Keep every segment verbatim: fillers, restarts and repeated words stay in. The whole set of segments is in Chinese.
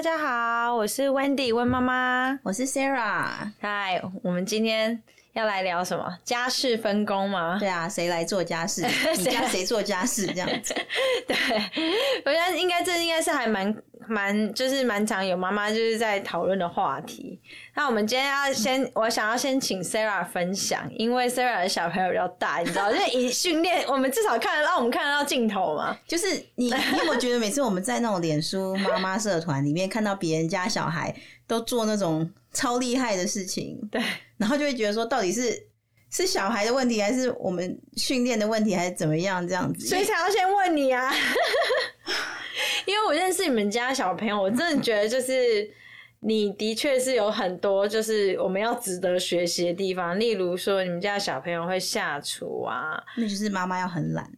家好，我是 Wendy 温妈妈， 我是 Sarah。 嗨，我们今天要来聊什么？家事分工吗？ 对啊，谁来做家事？你家谁做家事？这样子。 对，我觉得应该这应该是还蛮蛮就是蛮常有妈妈就是在讨论的话题。那我们今天要先，嗯、我想要先请 Sarah 分享，因为 Sarah 的小朋友比较大，你知道，就以训练我们至少看得到，我们看得到镜头嘛。 就是你，你有没有觉得每次我们在那种脸书妈妈社团里面看到别人家小孩都做那种超厉害的事情， 对， 然后就会觉得说，到底是是小孩的问题，还是我们训练的问题，还是怎么样这样子？ 所以才要先问你啊，因为我认识你们家小朋友，我真的觉得就是你的确是有很多就是我们要值得学习的地方，例如说你们家小朋友会下厨啊， 那就是妈妈要很懒。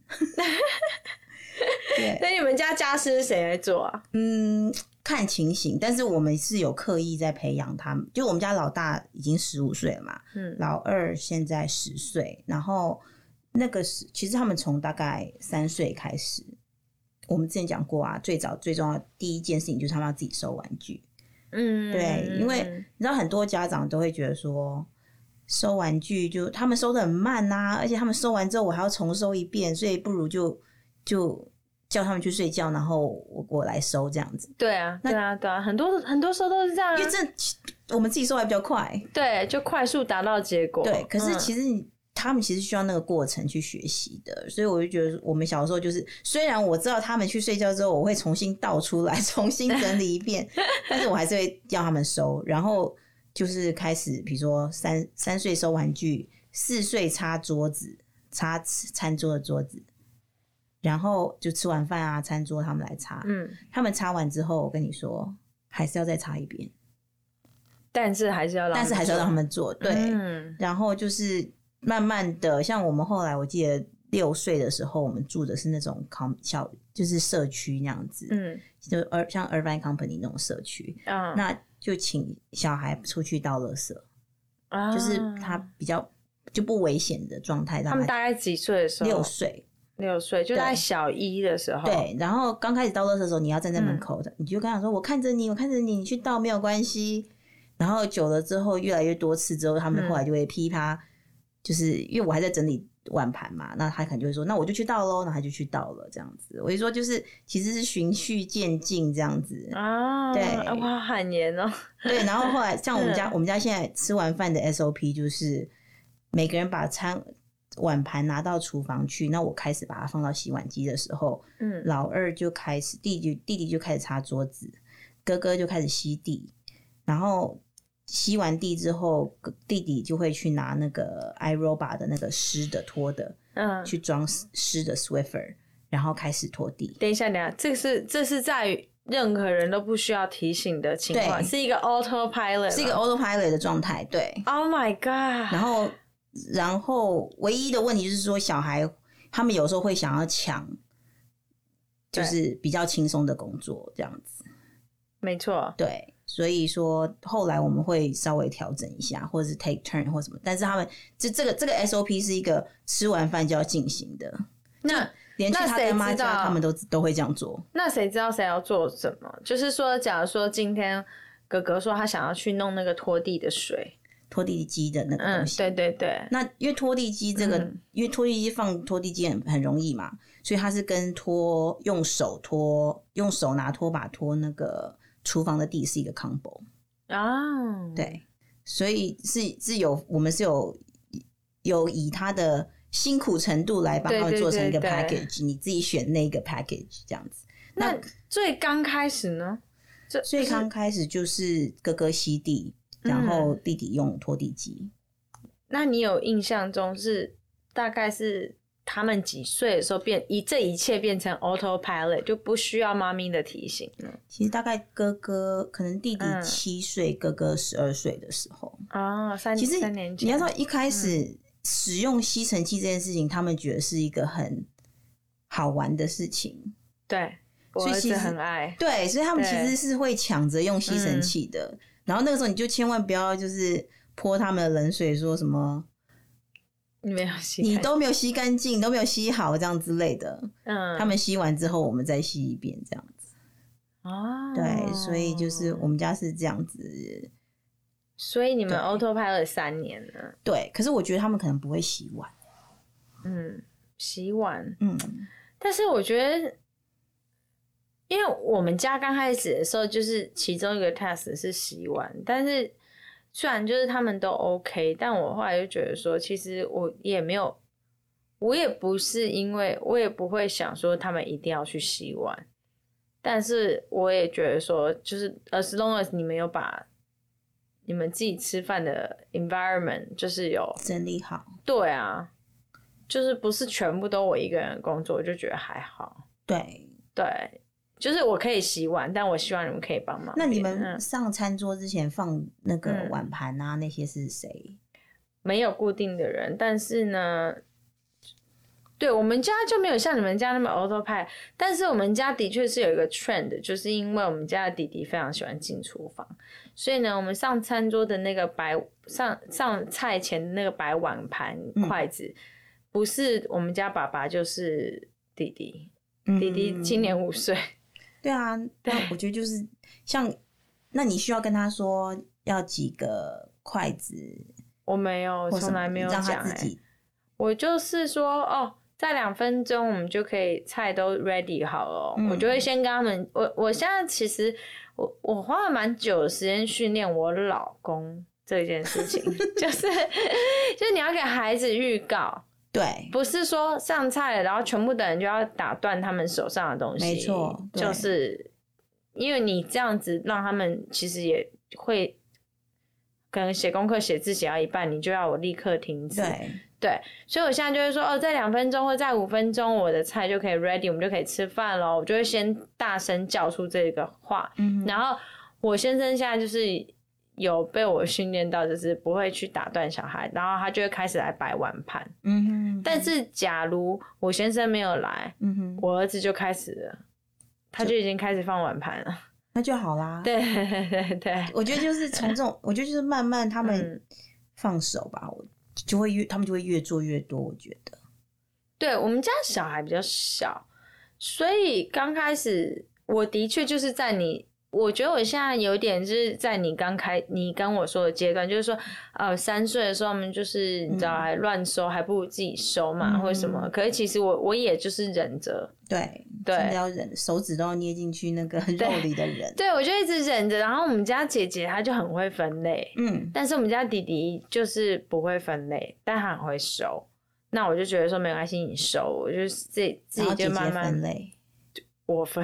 对，那你们家家事是谁来做啊？ 嗯，看情形，但是我们是有刻意在培养他们。就我们家老大已经十五岁了嘛，嗯，老二现在十岁，然后那个是其实他们从大概三岁开始，我们之前讲过啊，最早最重要的第一件事情就是他们要自己收玩具。嗯，对，因为你知道很多家长都会觉得说，收玩具就他们收得很慢啊，而且他们收完之后我还要重收一遍，所以不如就就叫他们去睡觉，然后我我来收这样子。 对啊，对啊，对啊，很多很多时候都是这样、啊， 因为这我们自己收还比较快， 对，就快速达到结果。 对，可是其实你、嗯、他们其实需要那个过程去学习的，所以我就觉得我们小时候就是，虽然我知道他们去睡觉之后，我会重新倒出来，重新整理一遍，但是我还是会要他们收，然后就是开始，比如说三三岁收玩具，四岁擦桌子，擦餐桌的桌子。然后就吃完饭啊，餐桌他们来擦，嗯，他们擦完之后，我跟你说，还是要再擦一遍， 但是还是要让他们做， 但是还是要让他们做，对， 嗯， 然后就是慢慢的，像我们后来，我记得六岁的时候，我们住的是那种小，就是社区那样子，嗯，就像 Irvine Company 那种社区，嗯，那就请小孩出去倒垃圾，啊，就是他比较就不危险的状态， 他们大概几岁的时候？ 六岁。 六岁就在小一的时候， 对，然后刚开始倒垃圾的时候，你要站在门口的，嗯、你就跟他说：“我看着你，我看着你，你去倒没有关系。”然后久了之后，越来越多次之后，他们后来就会批他，嗯、就是因为我还在整理碗盘嘛，那他可能就会说：“那我就去倒咯。”然后他就去倒了，这样子。我就说，就是其实是循序渐进这样子啊。对， 哇，很严哦。 对，然后后来像我们家，嗯、我们家现在吃完饭的 S O P 就是每个人把餐。碗盘拿到厨房去，那我开始把它放到洗碗机的时候，嗯，老二就开始，弟弟弟弟就开始擦桌子，哥哥就开始吸地，然后吸完地之后，弟弟就会去拿那个 iRobot 的那个湿的拖的，嗯，去装湿的 Swiffer， 然后开始拖地。 等一下，等一下，这是这是在任何人都不需要提醒的情况，是一个 autopilot， 是一个 autopilot 的状态，对。 Oh my god！ 然后。然后唯一的问题就是说，小孩他们有时候会想要抢，就是比较轻松的工作这样子。 没错， 对，所以说后来我们会稍微调整一下，或者是 take turn 或什么。但是他们这这个这个 S O P 是一个吃完饭就要进行的。 那连去他的妈家，他们都都会这样做。 那谁知道谁要做什么？就是说，假如说今天哥哥说他想要去弄那个拖地的水。 拖地机的那个东西， 嗯，对对对。 那因为拖地机这个，嗯、因为拖地机放拖地机很很容易嘛，所以它是跟拖用手拖，用手拿拖把拖那个厨房的地是一个 combo 啊。对，所以是是有我们是有有以它的辛苦程度来把它们做成一个 package， 对对对，你自己选那个 package 这样子。 那最刚开始呢？ 最刚开始就是哥哥吸地。然后弟弟用拖地机、 嗯，那你有印象中是大概是他们几岁的时候变一这一切变成 autopilot 就不需要妈咪的提醒呢？ 其实大概哥哥可能弟弟七岁、嗯，哥哥十二岁的时候啊，三其实三年前你要知道一开始使用吸尘器这件事情，他们觉得是一个很好玩的事情， 对，我儿子很爱， 对，所以他们其实是会抢着用吸尘器的。嗯，然后那个时候你就千万不要就是泼他们的冷水，说什么你没有吸， 你都没有吸干净，都没有吸好这样之类的。嗯，他们吸完之后，我们再吸一遍这样子。 哦， 对，所以就是我们家是这样子。 所以你们 autopilot 三年了。 对，可是我觉得他们可能不会洗碗。 嗯，洗碗。 嗯， 但是我觉得，因为我们家刚开始的时候，就是其中一个 task 是洗碗，但是虽然就是他们都 OK， 但我后来就觉得说，其实我也没有，我也不是因为我也不会想说他们一定要去洗碗，但是我也觉得说，就是 as long as 你们有把你们自己吃饭的 environment 就是有整理好。 对啊，就是不是全部都我一个人的工作，我就觉得还好。 对对，就是我可以洗碗，但我希望你们可以帮忙。 那你们上餐桌之前放那个嗯碗盘啊，那些是谁？ 没有固定的人，但是呢，对我们家就没有像你们家那么 autopilot， 但是我们家的确是有一个 trend， 就是因为我们家的弟弟非常喜欢进厨房，所以呢，我们上餐桌的那个摆上上菜前的那个摆碗盘、筷子，嗯、不是我们家爸爸就是弟弟，嗯、弟弟今年五岁。 对啊，对，我觉得就是像，那你需要跟他说要几个筷子？ 我没有，从来没有讲、欸， 让他自己。 我就是说哦。在两分钟我们就可以菜都 ready 好了、嗯，我就会先跟他们。我我现在其实我我花了蛮久的时间训练我老公这件事情，就是就是你要给孩子预告， 对， 不是说上菜了然后全部的人就要打断他们手上的东西， 没错， 就是因为你这样子让他们其实也会可能写功课写字写到一半，你就要我立刻停止。 对。 对，所以我现在就会说，哦，在两分钟或在五分钟，我的菜就可以 ready， 我们就可以吃饭咯。我就会先大声叫出这个话，嗯、然后我先生现在就是有被我训练到，就是不会去打断小孩，然后他就会开始来摆碗盘。嗯哼，但是假如我先生没有来，嗯哼，我儿子就开始了，他就已经开始放碗盘了， 那就好啦。 对对对， 我觉得就是从这种，我觉得就是慢慢他们放手吧。我就会越他们就会越做越多，我觉得。 对，我们家小孩比较小，所以刚开始我的确就是在你，我觉得我现在有点就是在你刚开你跟我说的阶段，就是说呃三岁的时候我们就是你知道还乱收、嗯，还不如自己收嘛、嗯、或者什么。可是其实我我也就是忍着， 对对， 真的要忍，手指都要捏进去那个肉里的忍。 对，我就一直忍着。然后我们家姐姐她就很会分类，嗯，但是我们家弟弟就是不会分类，但他很会收。那我就觉得说没关系，你收，我就自己自己就慢慢分类， 我分。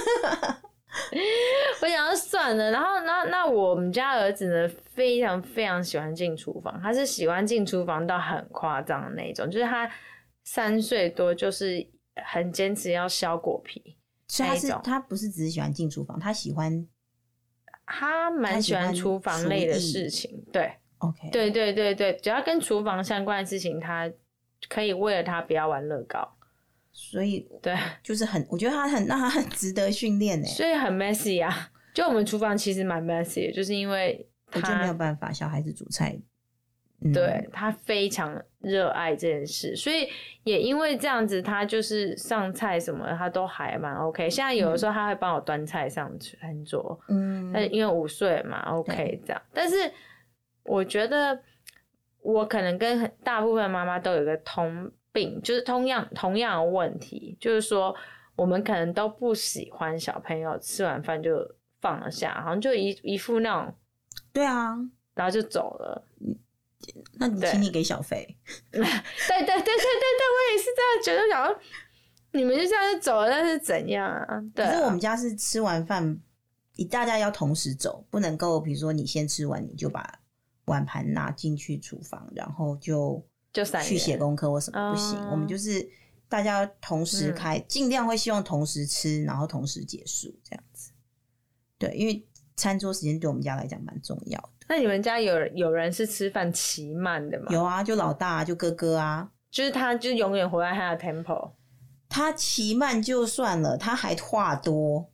我想要算了，然后那那我们家儿子呢，非常非常喜欢进厨房，他是喜欢进厨房到很夸张的那种，就是他三岁多就是很坚持要削果皮， 所以他是他不是只是喜欢进厨房，他喜欢他蛮喜欢厨房类的事情，对 ，OK， 对对对对，只要跟厨房相关的事情，他可以为了他不要玩乐高。 所以对， 就是很，我觉得他很，那他很值得训练呢。 所以很 messy 啊，就我们厨房其实蛮 messy 的，就是因为他我就没有办法，小孩子煮菜， 嗯、对他非常热爱这件事，所以也因为这样子，他就是上菜什么的他都还蛮 OK。现在有的时候他会帮我端菜上餐桌，嗯，但是因为五岁嘛 ，OK 这样。但是我觉得我可能跟大部分妈妈都有一个通。病就是同样同样的问题，就是说我们可能都不喜欢小朋友吃完饭就放了下，好像就一一副那种， 对啊， 然后就走了。 那你请你给小费？ 对对对对对对，我也是这样觉得，想说你们就这样就走了，但是怎样啊？对啊， 可是我们家是吃完饭，大家要同时走，不能够比如说你先吃完你就把碗盘拿进去厨房，然后就。 就去写功课或什么不行、嗯，我们就是大家同时开，尽、嗯、量会希望同时吃，然后同时结束这样子。对，因为餐桌时间对我们家来讲蛮重要的。 那你们家有有人是吃饭奇慢的吗？ 有啊，就老大，就哥哥啊， 就是他就永远活在他的 tempo。 他奇慢就算了，他还话多。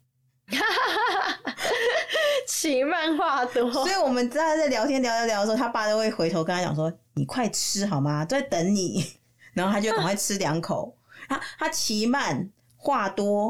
奇慢话多， 所以我们在在聊天聊聊聊的时候，他爸都会回头跟他讲说：“你快吃好吗？都在等你。”然后他就赶快吃两口。他他奇慢话多，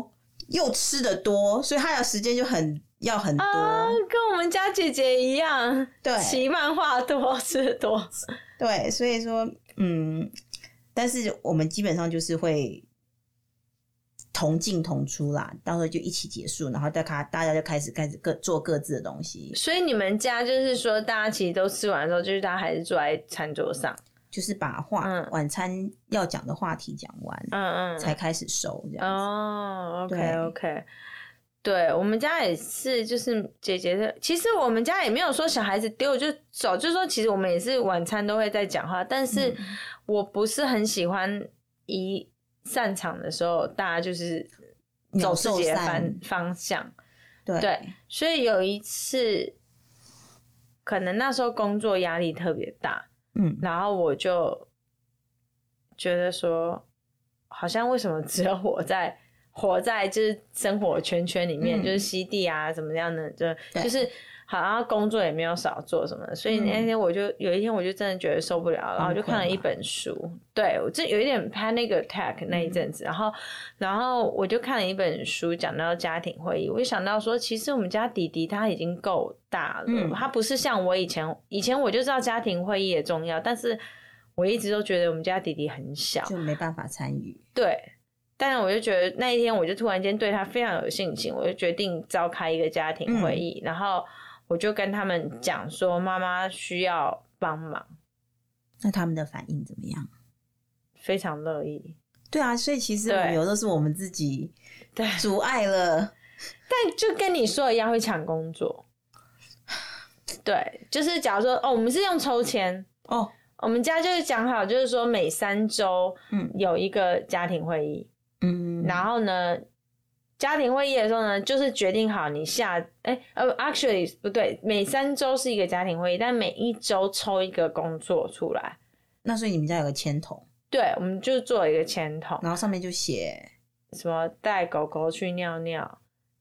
又吃得多，所以他的时间就很要很多、啊， 跟我们家姐姐一样， 对， 骑漫画多，吃得多， 对，所以说，嗯，但是我们基本上就是会同进同出啦，到时候就一起结束，然后大家大家就开始开始各做各自的东西。 所以你们家就是说，大家其实都吃完之后，就是大家还是坐在餐桌上。 就是把话、嗯、晚餐要讲的话题讲完，嗯嗯，才开始收这样子。 哦 ，OK OK， 对我们家也是，就是姐姐的。其实我们家也没有说小孩子丢就走，就是说其实我们也是晚餐都会在讲话，但是我不是很喜欢一散场的时候大家就是走自己的方方向。对对，所以有一次，可能那时候工作压力特别大。嗯，然后我就觉得说，好像为什么只有我在活在就是生活圈圈里面，嗯、就是西地啊怎么样的，就就是好像工作也没有少做什么的，所以那天我就、嗯、有一天我就真的觉得受不了，然后我就看了一本书，嗯、对我这有一点 panic attack 那一阵子，嗯、然后然后我就看了一本书，讲到家庭会议，我就想到说，其实我们家弟弟他已经够大了，嗯、他不是像我以前，以前我就知道家庭会议也重要，但是我一直都觉得我们家弟弟很小， 就没办法参与。 对。但是我就觉得那一天，我就突然间对他非常有信心，我就决定召开一个家庭会议，嗯、然后我就跟他们讲说，妈妈需要帮忙。 那他们的反应怎么样？ 非常乐意。 对啊，所以其实有的都是我们自己阻碍了。 但就跟你说的一样，会抢工作。对，就是假如说哦，我们是用抽签哦，我们家就是讲好，就是说每三周有一个家庭会议。嗯，然后呢，家庭会议的时候呢，就是决定好你下，哎、欸，呃 ，actually 不对，每三周是一个家庭会议，但每一周抽一个工作出来。 那所以你们家有个签筒？ 对，我们就做了一个签筒， 然后上面就写什么带狗狗去尿尿，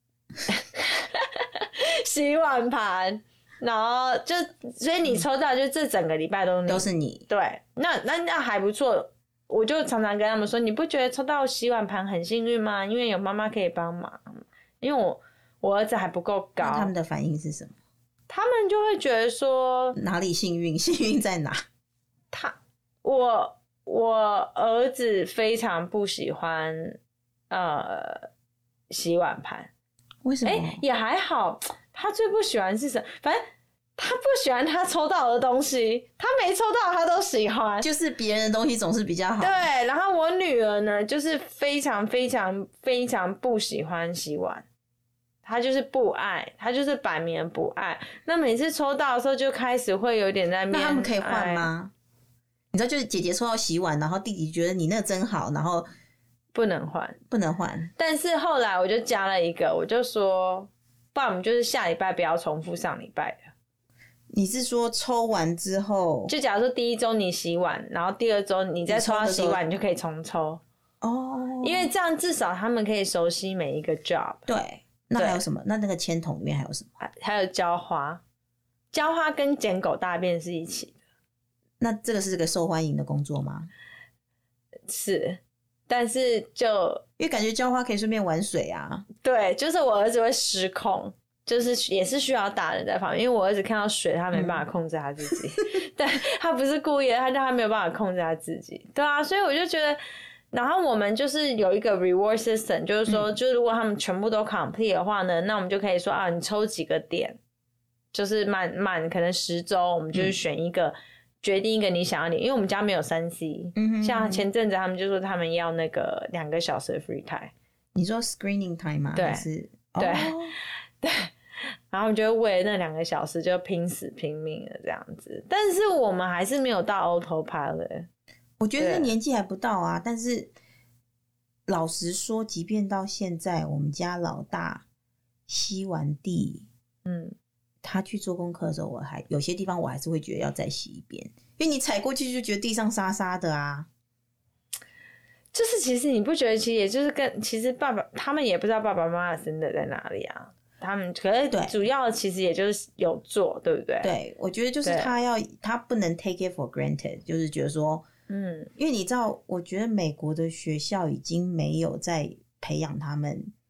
洗碗盘，然后就所以你抽到就这整个礼拜都是你都是你。 对，那那那还不错。我就常常跟他们说，你不觉得抽到洗碗盘很幸运吗？因为有妈妈可以帮忙。因为我我儿子还不够高。 那他们的反应是什么？ 他们就会觉得说哪里幸运？幸运在哪？ 他我我儿子非常不喜欢呃洗碗盘。 为什么？ 哎、欸，也还好。他最不喜欢是什么？反正。他不喜欢他抽到的东西，他没抽到他都喜欢， 就是别人的东西总是比较好。 对，然后我女儿呢，就是非常非常非常不喜欢洗碗，她就是不爱，她就是摆明不爱。那每次抽到的时候，就开始会有点在面。 那他们可以换吗？你知道，就是姐姐抽到洗碗，然后弟弟觉得你那个真好，然后不能换， 不能换。 但是后来我就加了一个，我就说，不然我们就是下礼拜不要重复上礼拜的。 你是说抽完之后， 就假如说第一周你洗碗，然后第二周你再抽到洗碗，你就可以重抽哦，因为这样至少他们可以熟悉每一个 job。 对，那还有什么？那那个签筒里面还有什么？ 还还有浇花，浇花跟捡狗大便是一起的。 那这个是个受欢迎的工作吗？ 是，但是就因为感觉浇花可以顺便玩水啊。 对，就是我儿子会失控。就是也是需要大人在旁边，因为我儿子看到水，他没办法控制他自己，嗯、但他不是故意的，他他没有办法控制他自己，对啊，所以我就觉得，然后我们就是有一个 reward system， 就是说，嗯、就是如果他们全部都 complete 的话呢，那我们就可以说啊，你抽几个点，就是满满可能十周，我们就是选一个，嗯、决定一个你想要的，因为我们家没有三 C，嗯、哼哼像前阵子他们就说他们要那个两个小时的 free time， 你说 screening time 吗？ 对， 还是对。 哦对，然后就为了那两个小时就拼死拼命的这样子，但是我们还是没有到 autopilot。 我觉得年纪还不到啊，但是老实说，即便到现在，我们家老大吸完地，嗯，他去做功课的时候，我还有些地方我还是会觉得要再洗一遍，因为你踩过去就觉得地上沙沙的啊。 就是其实你不觉得，其实也就是跟其实爸爸他们也不知道爸爸妈妈生的在哪里啊。他们可是主要其实也就是有做，对不对？ 对，我觉得就是他要他不能 take it for granted， 就是觉得说，嗯，因为你知道，我觉得美国的学校已经没有在培养他们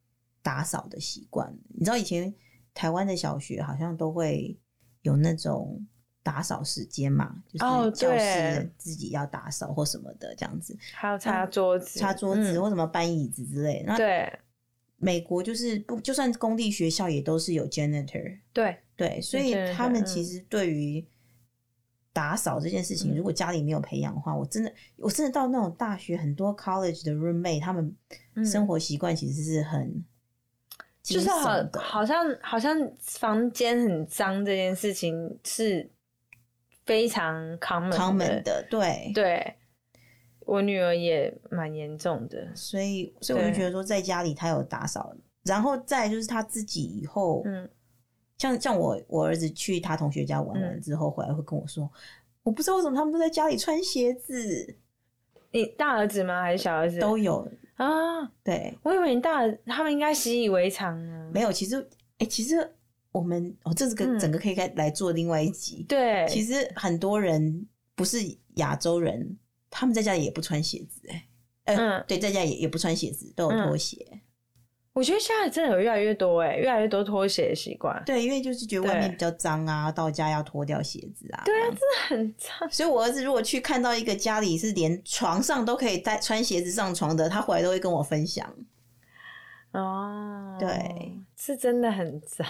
打扫的习惯。你知道以前台湾的小学好像都会有那种打扫时间嘛，就是教室自己要打扫或什么的这样子， 还有擦桌子、 擦桌子、嗯、或什么搬椅子之类的。 对， 美国就是不，就算公立学校也都是有 janitor。 对对，所以他们其实对于打扫这件事情，嗯、如果家里没有培养的话，我真的，我真的到那种大学很多 college 的 roommate， 他们生活习惯其实是很、嗯。 就是好，好像好像房间很脏这件事情是非常 common 的, common 的，对对，我女儿也蛮严重的， 所以所以我就觉得说，在家里她有打扫，然后再就是她自己以后，嗯，像像我我儿子去他同学家玩完之后、嗯、回来会跟我说，我不知道为什么他们都在家里穿鞋子。 你大儿子吗？还是小儿子？ 都有。 啊， 对， 我以为你大他们应该习以为常呢。 没有，其实，哎、欸，其实我们哦，这是个、嗯、整个可以来做另外一集。 对， 其实很多人不是亚洲人，他们在家里也不穿鞋子、欸，哎、呃，嗯，对，在家也也不穿鞋子，都有拖鞋。嗯、 我觉得现在真的有越来越多、欸，哎，越来越多拖鞋的习惯。 对，因为就是觉得外面比较脏啊，到家要脱掉鞋子啊。 对啊，真的很脏。 所以我儿子如果去看到一个家里是连床上都可以带穿鞋子上床的，他回来都会跟我分享。 哦， 对， 是真的很脏。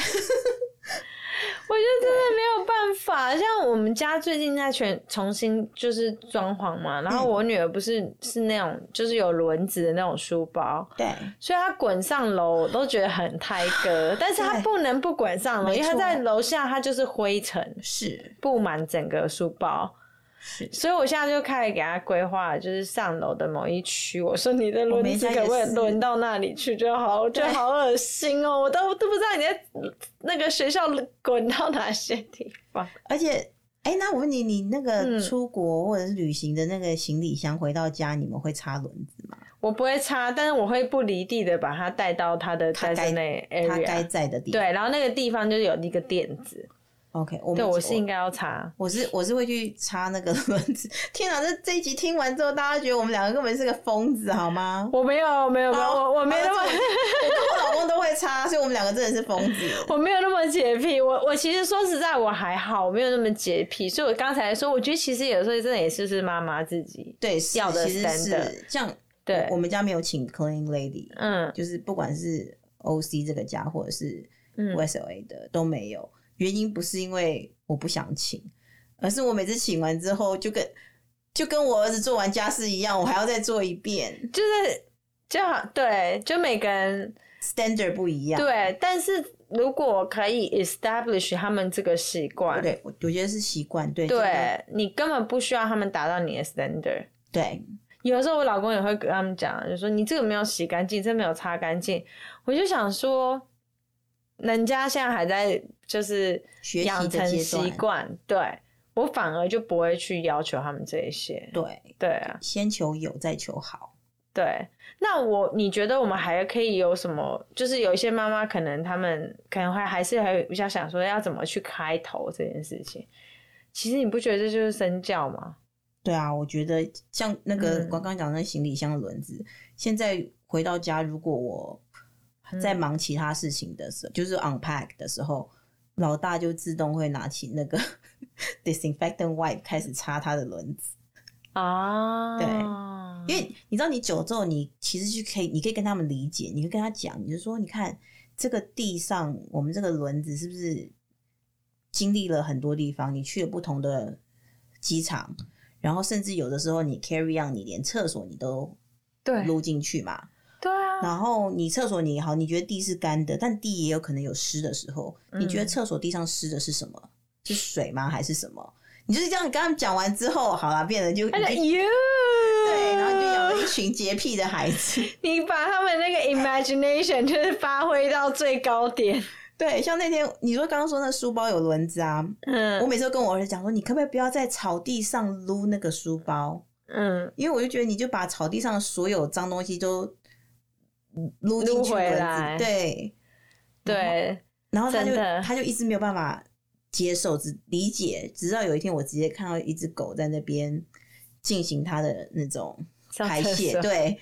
我觉得真的没有办法，像我们家最近在全重新就是装潢嘛，然后我女儿不是、嗯、是那种就是有轮子的那种书包， 对， 所以她滚上楼我都觉得很胎哥，但是她不能不滚上楼，因为她在楼下她就是灰尘， 是布满整个书包。所以我现在就开始给他规划，就是上楼的某一区。我说你的轮子可不可以轮到那里去就好？我觉得好恶心哦，我都都不知道你在那个学校滚到哪些地方。 而且，哎、欸，那我问你，你那个出国或者是旅行的那个行李箱回到家，你们会插轮子吗？ 我不会插，但是我会不离地的把它带到它的 designated area， 它该在的地方。 对，然后那个地方就是有一个垫子。 OK， 我对，我是应该要插， 我是我是会去插那个轮子。天哪，这这一集听完之后，大家觉得我们两个根本是个疯子，好吗？ 我没有，没有，没有，我我没那么，我跟我老公都会插，所以我们两个真的是疯子。 我没有那么洁癖，我我其实说实在，我还好，我没有那么洁癖。所以我刚才说，我觉得其实有时候真的也是是妈妈自己对要的 standard。像对我们家没有请 clean lady， 嗯，就是不管是 O C 这个家或者是 West L A 的、嗯、都没有。原因不是因为我不想请，而是我每次请完之后就跟就跟我儿子做完家事一样，我还要再做一遍， 就是就好对，就每个人 standard 不一样。 对，但是如果可以 establish 他们这个习惯， 对，我觉得是习惯。对， 对，你根本不需要他们达到你的 standard。 对， 有的时候我老公也会跟他们讲，就说你这个没有洗干净，这没有擦干净，我就想说。人家现在还在就是养成习惯，对，我反而就不会去要求他们这一些。 对对啊， 先求有再求好。 对，那我你觉得我们还可以有什么？就是有一些妈妈可能他们可能会还是还比较想说要怎么去开头这件事情。其实你不觉得这就是身教吗？ 对啊，我觉得像那个刚刚讲的那行李箱的轮子、嗯，现在回到家，如果我在忙其他事情的时候、嗯、就是 unpack 的时候，老大就自动会拿起那个 disinfectant wipe 开始擦他的轮子啊。对，因为你知道你久之后你其实就可以你可以跟他们理解，你会跟他讲，你就说你看这个地上我们这个轮子是不是经历了很多地方，你去了不同的机场，然后甚至有的时候你 carry on 你连厕所你都撸进去嘛。 对啊， 然后你厕所你好，你觉得地是干的，但地也有可能有湿的时候、嗯、你觉得厕所地上湿的是什么？是水吗？还是什么？你就是这样跟他们讲完之后，好啦，变得就对，然后你就养了一群洁癖的孩子。 你把他们那个 imagination 就是发挥到最高点。 对，像那天你说刚刚说那书包有轮子啊，嗯，我每次都跟我儿子讲说，你可不可以不要在草地上撸那个书包？嗯，因为我就觉得你就把草地上所有脏东西都撸进去回来， 对对， 然后他就他就一直没有办法接受，只理解，直到有一天我直接看到一只狗在那边进行它的那种排泄，对，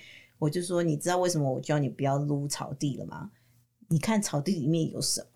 我就说你知道为什么我教你不要撸草地了吗？你看草地里面有什么？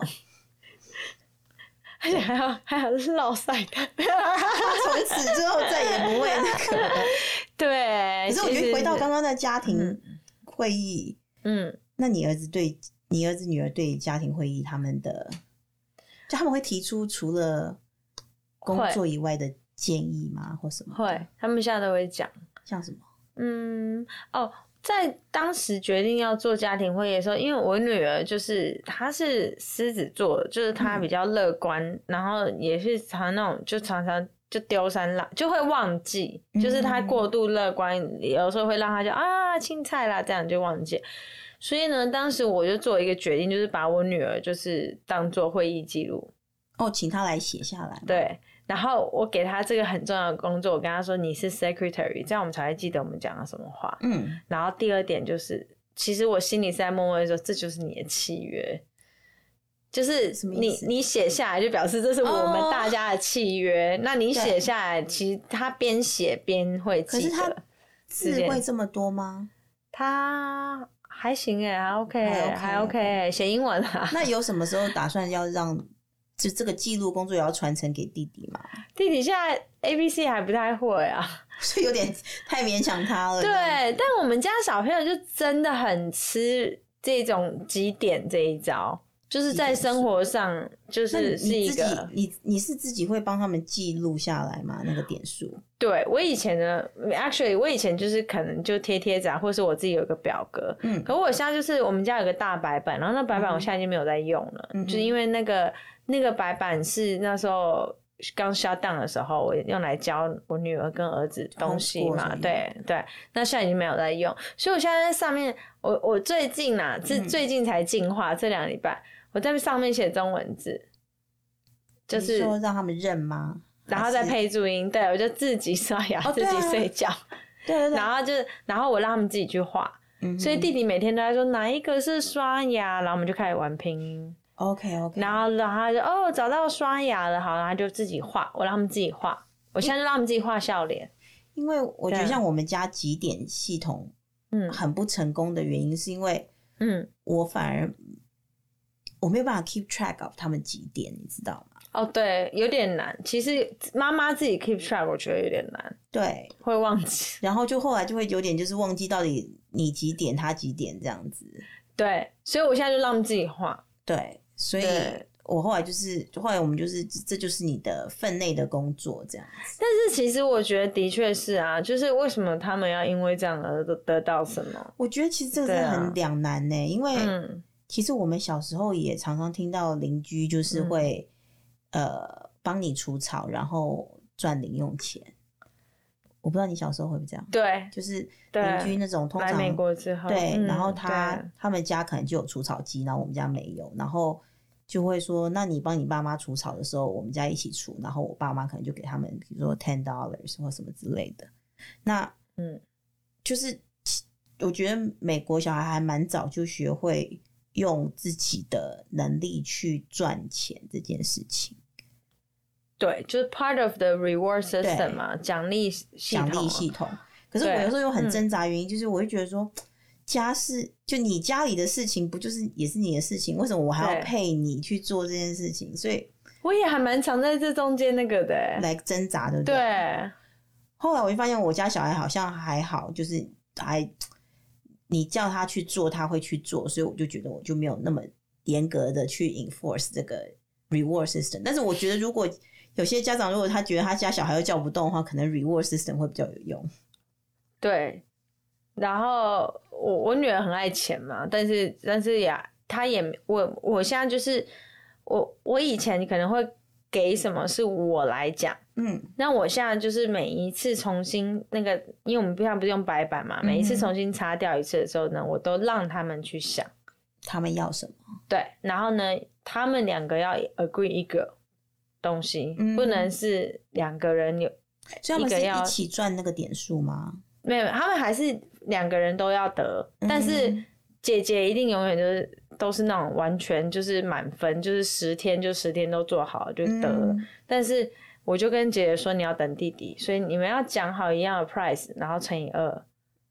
而且还要还有是落晒的， 从此之后再也不会那个了。 对， 可是我觉得回到刚刚的家庭会议， 嗯， 那你儿子对你儿子女儿对家庭会议他们的，就他们会提出除了工作以外的建议吗？或什么？ 会，他们现在都会讲， 像什么？ 嗯，哦。在当时决定要做家庭会议的时候，因为我女儿就是她是狮子座的，就是她比较乐观，嗯、然后也是常那种就常常就丢三落就会忘记，嗯、就是她过度乐观，有时候会让她就啊青菜啦这样就忘记。所以呢，当时我就做一个决定，就是把我女儿就是当做会议记录， 哦，请她来写下来。 对。然后我给他这个很重要的工作，我跟他说你是 secretary， 这样我们才会记得我们讲了什么话。嗯，然后第二点就是，其实我心里是在默默的说，这就是你的契约，就是你你写下来就表示这是我们大家的契约。哦、那你写下来，其实他边写边会记得。可是他字会这么多吗？ 他还行哎，还 OK， 还 OK，, 还 OK， 写英文啊。 那有什么时候打算要让？就这个记录工作也要传承给弟弟嘛？ 弟弟现在 A B C 还不太会啊， 所以有点太勉强他了。 对，但我们家小朋友就真的很吃这种几点这一招，就是在生活上就是是一个你你是自己会帮他们记录下来吗？那个点数？ 对，我以前呢 ，actually 我以前就是可能就贴贴纸啊，或是我自己有一个表格。嗯，可我现在就是我们家有个大白板，然后那白板我现在已经没有在用了，嗯、就是因为那个。那个白板是那时候刚 shut down 的时候，我用来教我女儿跟儿子东西嘛，对对。那现在已经没有在用，所以我现在在上面，我我最近啊，是、嗯、最近才进化，这两个礼拜我在上面写中文字，就是说让他们认吗？ 然后再配注音，对，我就自己刷牙，哦、自己睡觉， 对对对， 然后就然后我让他们自己去画，嗯、所以弟弟每天都在说哪一个是刷牙，然后我们就开始玩拼音。 OK OK， 然后然后他就哦找到刷牙了，好，然后他就自己画，我让他们自己画，我现在就让他们自己画笑脸。 因为我觉得像我们家集点系统，嗯，很不成功的原因是因为，嗯，我反而我没有办法 keep track of 他们几点，你知道吗？ 哦，对，有点难。其实妈妈自己 keep track， 我觉得有点难， 对， 会忘记。 然后就后来就会有点就是忘记到底你几点，他几点这样子。 对，所以我现在就让他们自己画。 对。所以我后来就是后来我们就是这就是你的分内的工作这样子。 但是其实我觉得的确是啊，就是为什么他们要因为这样而得到什么？ 我觉得其实这个是很两难呢、欸啊、因为其实我们小时候也常常听到邻居就是会、嗯、呃帮你除草然后赚零用钱。我不知道你小时候会不会这样？ 对， 就是邻居那种通常来美国之后， 对， 嗯、 然后他他们家可能就有除草机，然后我们家没有，然后就会说，那你帮你爸妈除草的时候，我们家一起除，然后我爸妈可能就给他们，比如说 ten dollars 或什么之类的。那嗯，就是我觉得美国小孩还蛮早就学会用自己的能力去赚钱这件事情。 对，就是 part of the reward system 嘛，奖励系统。 奖励系统。可是我有时候又很挣扎，原因就是我会觉得说，家事就你家里的事情，不就是也是你的事情？为什么我还要配你去做这件事情？所以我也还蛮常在这中间那个的来挣扎，对不对？ 对。 后来我就发现我家小孩好像还好，就是还你叫他去做，他会去做，所以我就觉得我就没有那么严格的去 enforce 这个 reward system。但是我觉得如果有些家长如果他觉得他家小孩又叫不动的话，可能 reward system 会比较有用。 对，然后我我女儿很爱钱嘛，但是但是呀，她也我我现在就是我我以前可能会给什么是我来讲，嗯，那我现在就是每一次重新那个，因为我们平常不是用白板嘛，每一次重新擦掉一次的时候呢，我都让他们去想他们要什么， 对，然后呢，他们两个要 agree 一个东西，嗯、不能是两个人有， 所以他们是一起赚那个点数吗？ 没有，他们还是两个人都要得，嗯、但是姐姐一定永远就是都是那种完全就是满分，就是十天就十天都做好就得了。嗯、但是我就跟姐姐说你要等弟弟，所以你们要讲好一样的 price， 然后乘以二，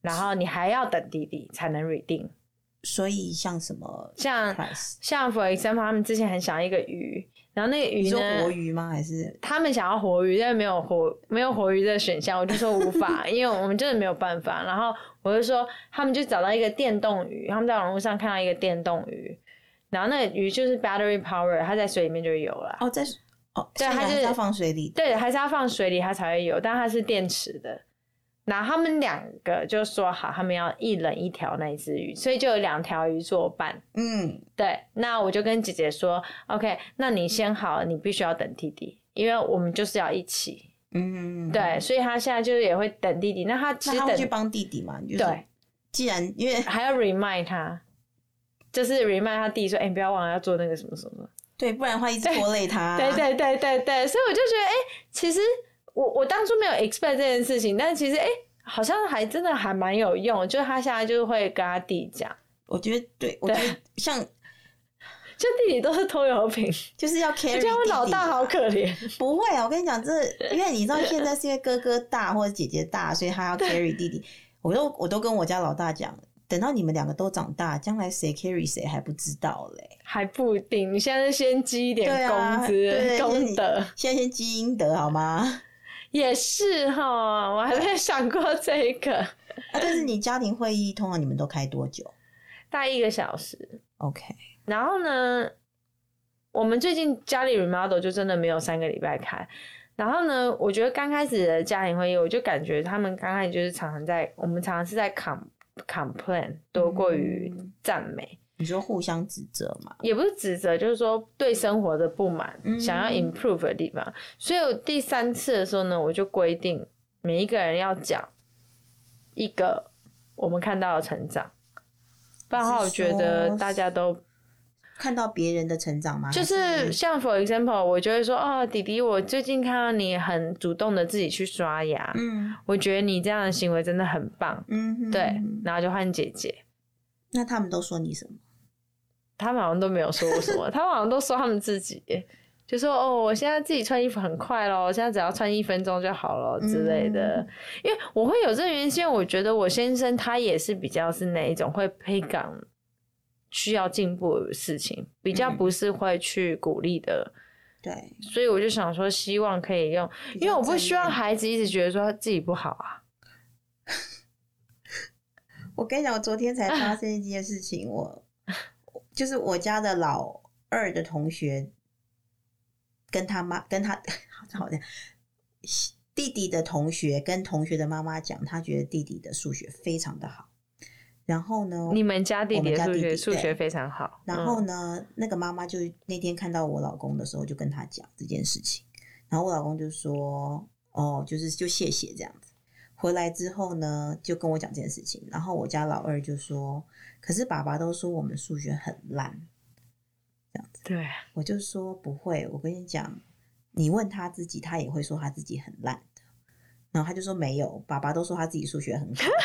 然后你还要等弟弟才能 redeem。 所以像什么 price？ 像像 for example 他们之前很想要一个鱼，然后那个鱼呢， 你说活鱼吗？还是他们想要活鱼，但是没有活没有活鱼的选项，我就说无法，因为我们真的没有办法。然后我就说他们就找到一个电动鱼，他们在网络上看到一个电动鱼，然后那个鱼就是 battery power， 它在水里面就有了。 哦，在哦， 对，它就是要放水里， 对，还是要放水里它才会有，但它是电池的。然后他们两个就说好，他们要一人一条那一只鱼，所以就有两条鱼作伴。 嗯， 对。那我就跟姐姐说 ，OK， 那你先好，你必须要等弟弟，因为我们就是要一起。 嗯， 对，所以他现在就是也会等弟弟。那他其实等那他会去帮弟弟嘛？就是、 对， 既然因为还要 remind 他，就是 remind 他弟说，哎、欸，你不要忘了要做那个什么什么。 对，不然的话一直拖累他、啊。 对对对对对，所以我就觉得，哎、欸，其实我我当初没有 expect 这件事情，但是其实哎、欸，好像还真的还蛮有用，就是他现在就会跟他弟讲。 我觉得对，我觉得像就弟弟都是拖油瓶， 就是要 carry 弟弟。 这样我老大好可怜。 不会啊，我跟你讲，这因为你知道现在是因为哥哥大或者姐姐大，所以他要 carry 弟弟。我都我都跟我家老大讲，等到你们两个都长大，将来谁 carry 谁还不知道嘞， 还不一定。你现在先积一点工资、 啊、 功德， 现在先积阴德好吗？ 也是哈，我还没想过这个。啊， 但是你家庭会议通常你们都开多久？ 大概一个小时。 OK。 然后呢，我们最近家里 remodel 就真的没有三个礼拜开。然后呢，我觉得刚开始的家庭会议，我就感觉他们刚开始就是常常在，我们常常是在 com complain 多过于赞美。 你说互相指责嘛？ 也不是指责，就是说对生活的不满、嗯，想要 improve 的地方。所以我第三次的时候呢，我就规定每一个人要讲一个我们看到的成长，不然的话，我觉得大家都看到别人的成长吗？ 就是像 for example， 我就会说哦，弟弟，我最近看到你很主动的自己去刷牙，嗯，我觉得你这样的行为真的很棒，嗯，对，然后就换姐姐。 那他们都说你什么？ 他们好像都没有说我什么，他们好像都说他们自己，就说哦，我现在自己穿衣服很快咯，我现在只要穿一分钟就好了之类的、嗯。因为我会有这个原因，是因为我觉得我先生他也是比较是那一种会配港需要进步的事情，比较不是会去鼓励的。 对、 嗯，所以我就想说，希望可以用，因为我不希望孩子一直觉得说他自己不好啊。 我跟你讲，我昨天才发生一件事情，我。就是我家的老二的同学跟他妈跟他好像弟弟的同学跟同学的妈妈讲，他觉得弟弟的数学非常的好。然后呢， 你们家弟弟的数学数学非常好。 然后呢，嗯、那个妈妈就那天看到我老公的时候，就跟他讲这件事情。然后我老公就说：“哦，就是就谢谢这样子。”回来之后呢，就跟我讲这件事情。然后我家老二就说：“可是爸爸都说我们数学很烂，这样子。” 对， 我就说不会。我跟你讲，你问他自己，他也会说他自己很烂的。然后他就说没有，爸爸都说他自己数学很好。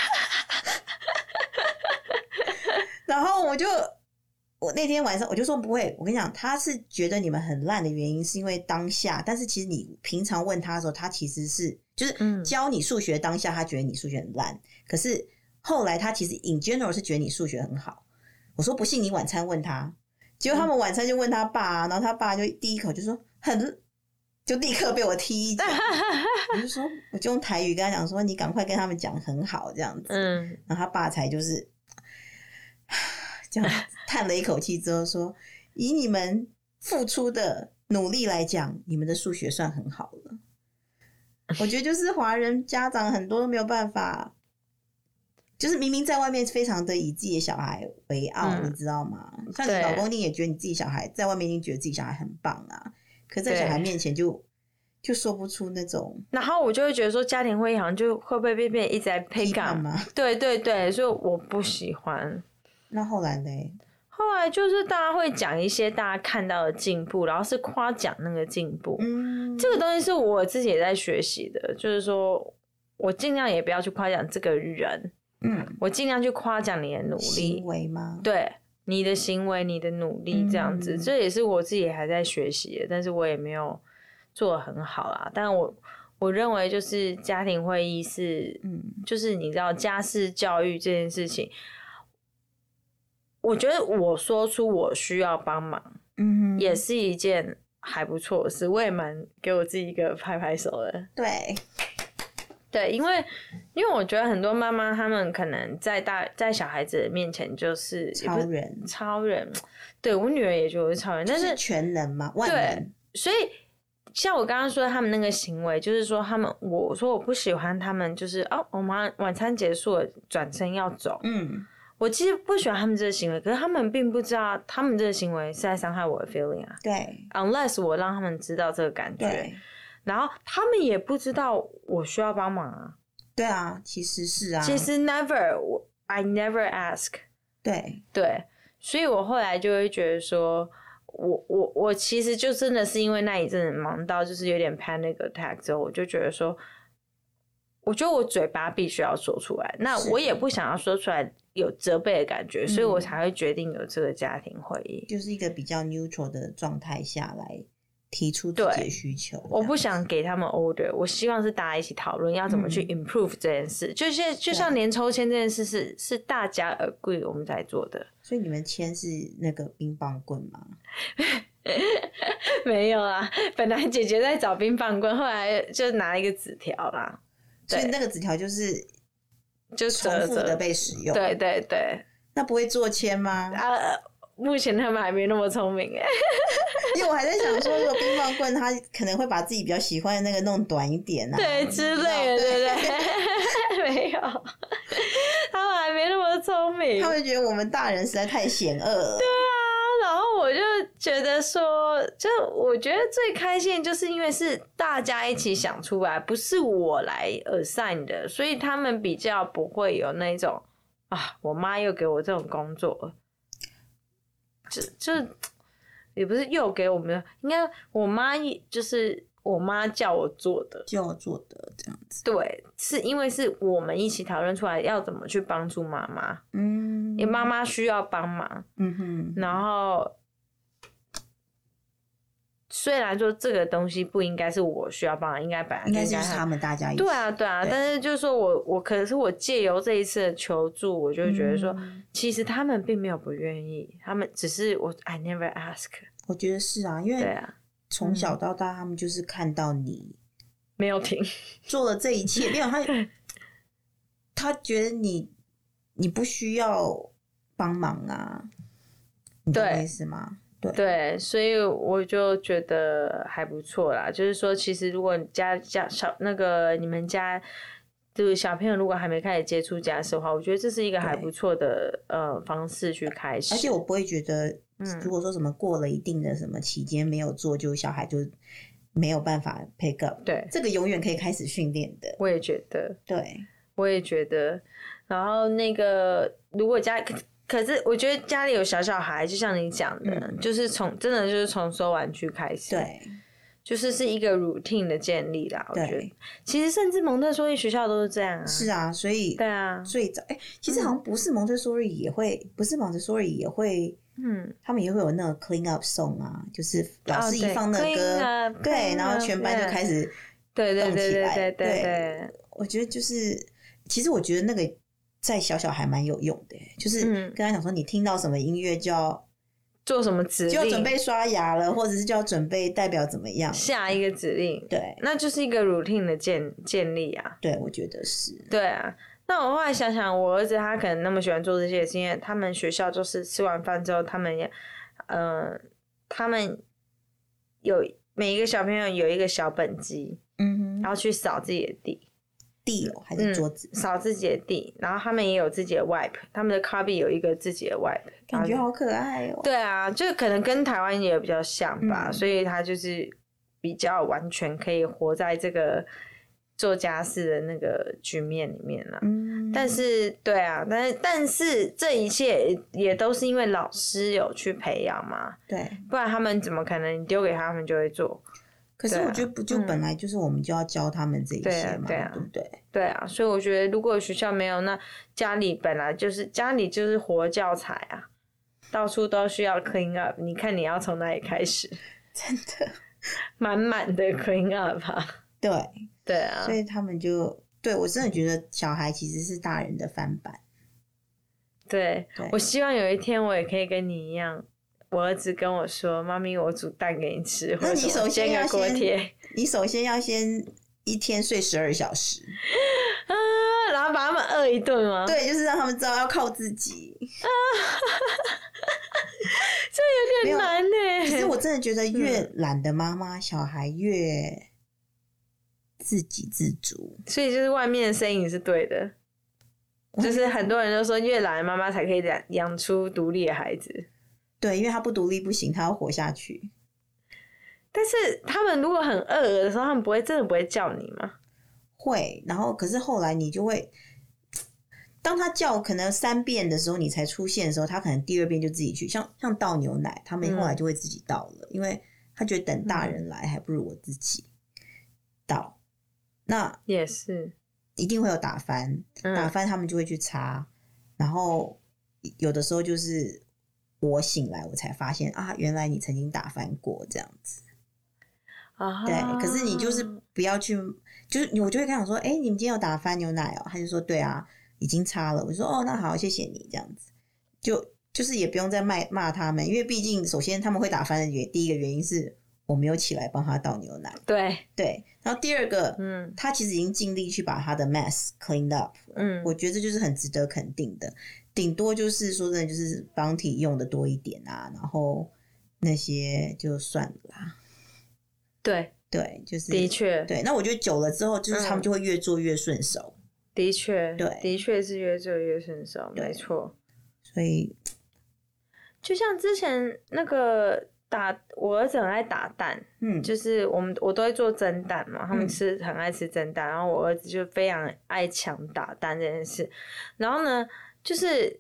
然后我就我那天晚上我就说不会。我跟你讲，他是觉得你们很烂的原因是因为当下，但是其实你平常问他的时候，他其实是。就是教你数学当下他觉得你数学很烂、嗯、可是后来他其实 in general 是觉得你数学很好。我说不信你晚餐问他，结果他们晚餐就问他爸、啊、然后他爸就第一口就说很，就立刻被我踢一脚。我就说我就用台语跟他讲说你赶快跟他们讲很好这样子、嗯、然后他爸才就是这样叹了一口气之后说以你们付出的努力来讲，你们的数学算很好了。我觉得就是华人家长很多都没有办法，就是明明在外面非常的以自己的小孩为傲、嗯、你知道吗？像你老公一定也觉得你自己小孩在外面一定觉得自己小孩很棒啊，可在小孩面前就就说不出那种。 然后我就会觉得说家庭会议好像就会不会变一直在配杠吗？ 对对对，所以我不喜欢。 那后来呢？ 后来就是大家会讲一些大家看到的进步，然后是夸奖那个进步、嗯、这个东西是我自己也在学习的，就是说我尽量也不要去夸奖这个人，嗯，我尽量去夸奖你的努力行为吗？ 对，你的行为你的努力这样子、嗯、这也是我自己还在学习的，但是我也没有做得很好啦。但我我认为就是家庭会议是，嗯，就是你知道家事教育这件事情，我觉得我说出我需要帮忙，嗯，也是一件还不错的事，我也蛮给我自己一个拍拍手的。 对。 对，因为因为我觉得很多妈妈她们可能在大在小孩子面前就是超人， 超人，对我女儿也觉得我是超人，但是全能嘛，万能。 所以像我刚刚说他们那个行为，就是说他们我说我不喜欢他们，就是哦，我们晚餐结束了，转身要走，嗯，我其实不喜欢他们这个行为，可是他们并不知道他们这个行为是在伤害我的 feeling 啊， 对 ，unless 我让他们知道这个感觉。 对。 然后他们也不知道我需要帮忙啊。 对啊，其实是啊。 其实 never, I never ask。 对对，所以我后来就会觉得说，我我我其实就真的是因为那一阵子忙到就是有点 panic attack 之后，我就觉得说，我觉得我嘴巴必须要说出来，那我也不想要说出来有责备的感觉，所以我才会决定有这个家庭会议， 就是一个比较 neutral 的状态下来。提出自己的需求， 我不想给他们 order， 我希望是大家一起讨论要怎么去 improve 这件事。嗯、就是就像连抽签这件事是是大家 agree 我们在做的。 所以你们签是那个冰棒棍吗？ 没有啊，本来姐姐在找冰棒棍，后来就拿了一个纸条啦。 所以那个纸条就是就重复的被使用。 对对对。 那不会做签吗？ 啊，目前他们还没那么聪明哎。 因为我还在想说，如果冰棒棍他可能会把自己比较喜欢的那个弄短一点啊， 对之类的，对不对？没有，他们还没那么聪明， 他们觉得我们大人实在太险恶了。 对啊，然后我就觉得说，就我觉得最开心就是因为是大家一起想出来，不是我来 assign 的，所以他们比较不会有那种啊，我妈又给我这种工作，就就。也不是又给我们，应该我妈就是我妈叫我做的， 叫我做的这样子。 对，是因为是我们一起讨论出来要怎么去帮助妈妈，嗯，因为妈妈需要帮忙，嗯哼，然后虽然说这个东西不应该是我需要帮忙，应该本来应该是他们大家一起。 对啊，对啊，对，但是就是说我我可是我借由这一次的求助，我就觉得说，嗯、其实他们并没有不愿意，他们只是我 I never ask。 我觉得是啊，因为从小到大，他们就是看到你没有停做了这一切，没有他，他觉得你你不需要帮忙啊，你懂我意思吗？对对，所以我就觉得还不错啦。就是说，其实如果家家小那个你们家就是小朋友如果还没开始接触家事的话，我觉得这是一个还不错的呃方式去开始。 而且我不会觉得，如果说什么过了一定的什么期间没有做，就小孩就没有办法 pick up。 对， 这个永远可以开始训练的。 我也觉得， 对， 我也觉得。然后那个如果家。可是我觉得家里有小小孩，就像你讲的，嗯、就是从真的就是从收玩具开始， 对， 就是是一个 routine 的建立啦。我觉得其实甚至蒙特梭利学校都是这样啊。 是啊，所以对啊， 最早哎、欸，其实好像不是蒙特梭利也会，嗯、不是蒙特梭利也会，嗯，他们也会有那个 clean up song 啊，就是老师一放那个歌，哦、对，对然后全班就开始对对对对对对对，我觉得就是，其实我觉得那个。在小小还蛮有用的，就是跟他讲说，你听到什么音乐就要做什么指令， 就要准备刷牙了，或者是就要准备代表怎么样下一个指令， 对， 那就是一个 routine 的建建立啊。 对，我觉得是。 对啊，那我后来想想，我儿子他可能那么喜欢做这些，是因为他们学校就是吃完饭之后，他们也，呃，他们有每一个小朋友有一个小本机，嗯哼，然后去扫自己的地。 地哦，还是桌子？ 嗯、扫自己的地，然后他们也有自己的 wipe， 他们的 copy 有一个自己的 wipe， 感觉好可爱哦。 对啊，就可能跟台湾也比较像吧，嗯、所以他就是比较完全可以活在这个做家事的那个局面里面啦。嗯，但是对啊，但是但是这一切也都是因为老师有去培养嘛， 对， 不然他们怎么可能丢给他们就会做？ 可是我觉得不就本来就是我们就要教他们这一些嘛， 对啊， 对不对？ 对啊，所以我觉得如果学校没有，那家里本来就是家里就是活教材啊，到处都需要 clean up。你看你要从哪里开始？ 真的， 满满的 clean up 啊！ 对对啊， 所以他们就对我真的觉得小孩其实是大人的翻版。 对， 对我希望有一天我也可以跟你一样，我儿子跟我说：“妈咪，我煮蛋给你吃。” 那你首先要煎个锅贴先，你首先要先一天睡十二小时啊，然后把他们饿一顿吗？ 对，就是让他们知道要靠自己。 啊，这有点难呢。 其实我真的觉得越懒的妈妈，小孩越自给自足。 所以就是外面的声音是对的，就是很多人都说越懒的妈妈才可以养养出独立的孩子。 对，因为他不独立不行，他要活下去。 但是他们如果很饿的时候，他们不会真的不会叫你吗？ 会，然后可是后来你就会，当他叫可能三遍的时候，你才出现的时候，他可能第二遍就自己去，像像倒牛奶，他们后来就会自己倒了，嗯、因为他觉得等大人来还不如我自己倒。那也是， 一定会有打翻，打翻他们就会去擦，嗯、然后有的时候就是我醒来我才发现啊，原来你曾经打翻过这样子。 啊， 对，可是你就是不要去，就是我就会跟他说，哎、欸，你们今天有打翻牛奶哦？他就说对啊，已经擦了。我就说哦，那好，谢谢你这样子，就就是也不用再骂骂他们，因为毕竟首先他们会打翻的原第一个原因是我没有起来帮他倒牛奶， 对对，然后第二个， 嗯， 他其实已经尽力去把他的 mess cleaned up，嗯，我觉得这就是很值得肯定的，顶多就是说真的就是 Bounty 用的多一点啊，然后那些就算了啦。 对对，就是的确， 对。那我觉得久了之后，就是他们就会越做越顺手。 嗯、的确， 对， 的确是越做越顺手，没错。 所以， 就像之前那个打我儿子很爱打蛋，嗯，就是我们我都会做蒸蛋嘛，他们吃、嗯、很爱吃蒸蛋，然后我儿子就非常爱抢打蛋这件事。然后呢，就是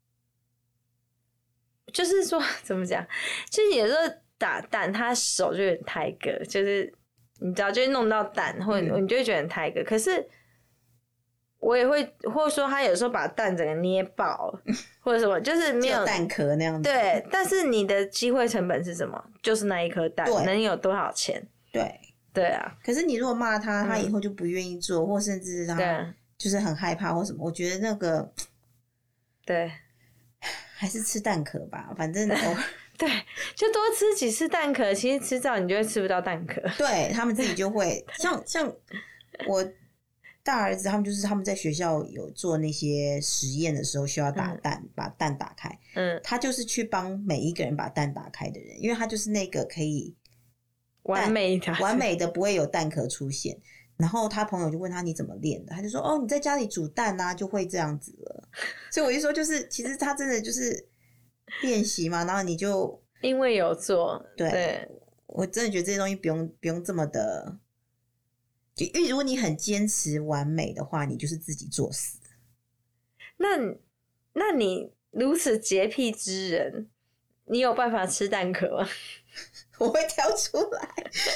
就是说怎么讲，就是有时候。打蛋，他手就有点抬格，就是你知道，就会弄到蛋，或者你就会觉得很抬格。嗯、可是我也会，或者说他有时候把蛋整个捏爆，或者什么，就是没有蛋壳那样子。 对，但是你的机会成本是什么？就是那一颗蛋，能有多少钱？ 对， 对啊。 可是你如果骂他，他以后就不愿意做，嗯、或甚至他就是很害怕或什么。我觉得那个， 对， 还是吃蛋壳吧，反正。 对，就多吃几次蛋壳，其实吃到你就会吃不到蛋壳。 对他们自己就会像像我大儿子他们就是他们在学校有做那些实验的时候需要打蛋，嗯、把蛋打开。嗯，他就是去帮每一个人把蛋打开的人，因为他就是那个可以完美的完美的不会有蛋壳出现。然后他朋友就问他你怎么练的，他就说哦你在家里煮蛋啊就会这样子了。所以我就说就是其实他真的就是。练习嘛，然后你就因为有做，对，对我真的觉得这些东西不用不用这么的，就因为如果你很坚持完美的话，你就是自己作死。 那那你如此洁癖之人，你有办法吃蛋壳吗？ 我会挑出来。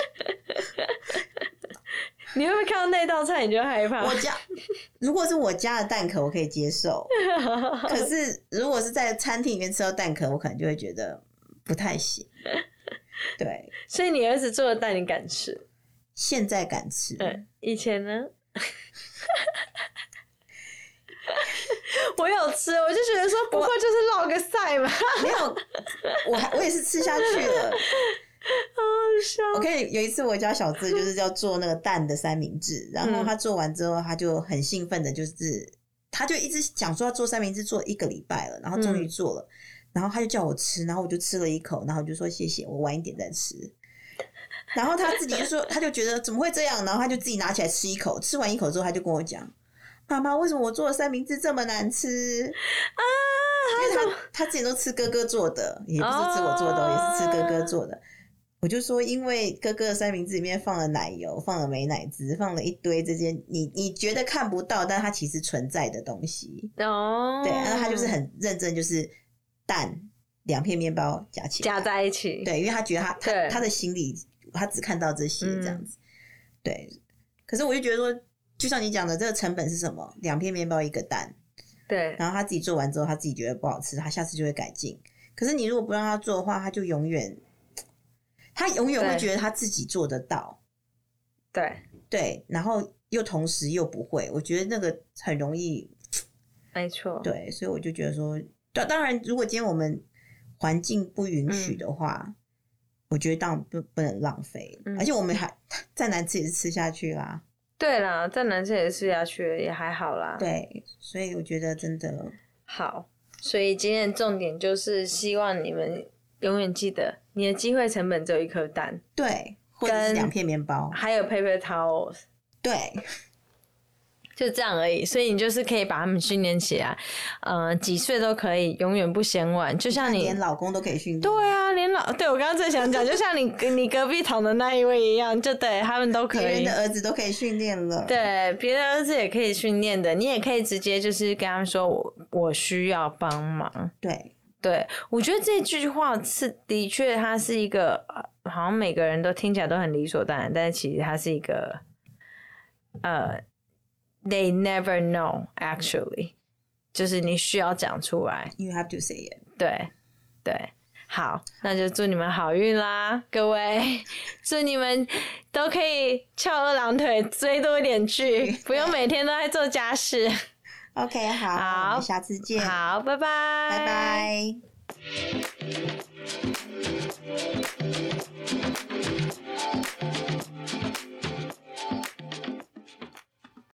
你会不会看到那道菜你就害怕？ 我家如果是我家的蛋壳，我可以接受。可是如果是在餐厅里面吃到蛋壳，我可能就会觉得不太行。对， 所以你儿子做的蛋你敢吃？ 现在敢吃。 嗯，以前呢？我有吃，我就觉得说，不过就是烙个赛嘛。 没有，我还我也是吃下去了。 好笑！ 我可以有一次我家小智就是要做那个蛋的三明治，然后他做完之后他就很兴奋的，就是他就一直讲说要做三明治，做一个礼拜了，然后终于做了，嗯、然后他就叫我吃，然后我就吃了一口，然后我就说谢谢，我晚一点再吃。然后他自己就说，他就觉得怎么会这样，然后他就自己拿起来吃一口，吃完一口之后他就跟我讲，妈妈为什么我做的三明治这么难吃啊？因为他他之前都吃哥哥做的，也不是吃我做的，哦、也是吃哥哥做的。我就说，因为哥哥的三明治里面放了奶油，放了美乃滋，放了一堆这些你你觉得看不到，但它其实存在的东西。哦，对，然后他就是很认真，就是蛋两片面包夹起来， 夹在一起。 对，因为他觉得他他他的心里他只看到这些这样子。嗯、对，可是我就觉得说，就像你讲的，这个成本是什么？两片面包一个蛋。 对， 然后他自己做完之后，他自己觉得不好吃，他下次就会改进。可是你如果不让他做的话，他就永远。他永远会觉得他自己做得到， 对对，然后又同时又不会，我觉得那个很容易。 没错。 对，所以我就觉得说，当然，如果今天我们环境不允许的话，嗯、我觉得当然不不能浪费，嗯、而且我们还再难吃也是吃下去啦。 对啦，再难吃也是吃下去了，也还好啦。 对，所以我觉得真的好。所以今天的重点就是希望你们永远记得，你的机会成本只有一颗蛋， 对，或者是两片面包， 还有 paper towels， 对。 就这样而已，所以你就是可以把他们训练起来，呃，几岁都可以，永远不嫌晚。就像你连老公都可以训练。 对啊，连老对我刚刚最想讲，就像你你隔壁躺的那一位一样，就对他们都可以。 别人的儿子都可以训练了。 对，别的儿子也可以训练的，你也可以直接就是跟他们说我我需要帮忙。 对对，我觉得这句话是的确，它是一个好像每个人都听起来都很理所当然，但是其实它是一个呃。They never know, actually. 就是你需要讲出来。 You have to say it. 对，对，好，那就祝你们好运啦，各位！祝你们都可以翘二郎腿，追多一点剧，不用每天都在做家事。 OK， 好，好，下次见。 好，拜拜， 拜拜。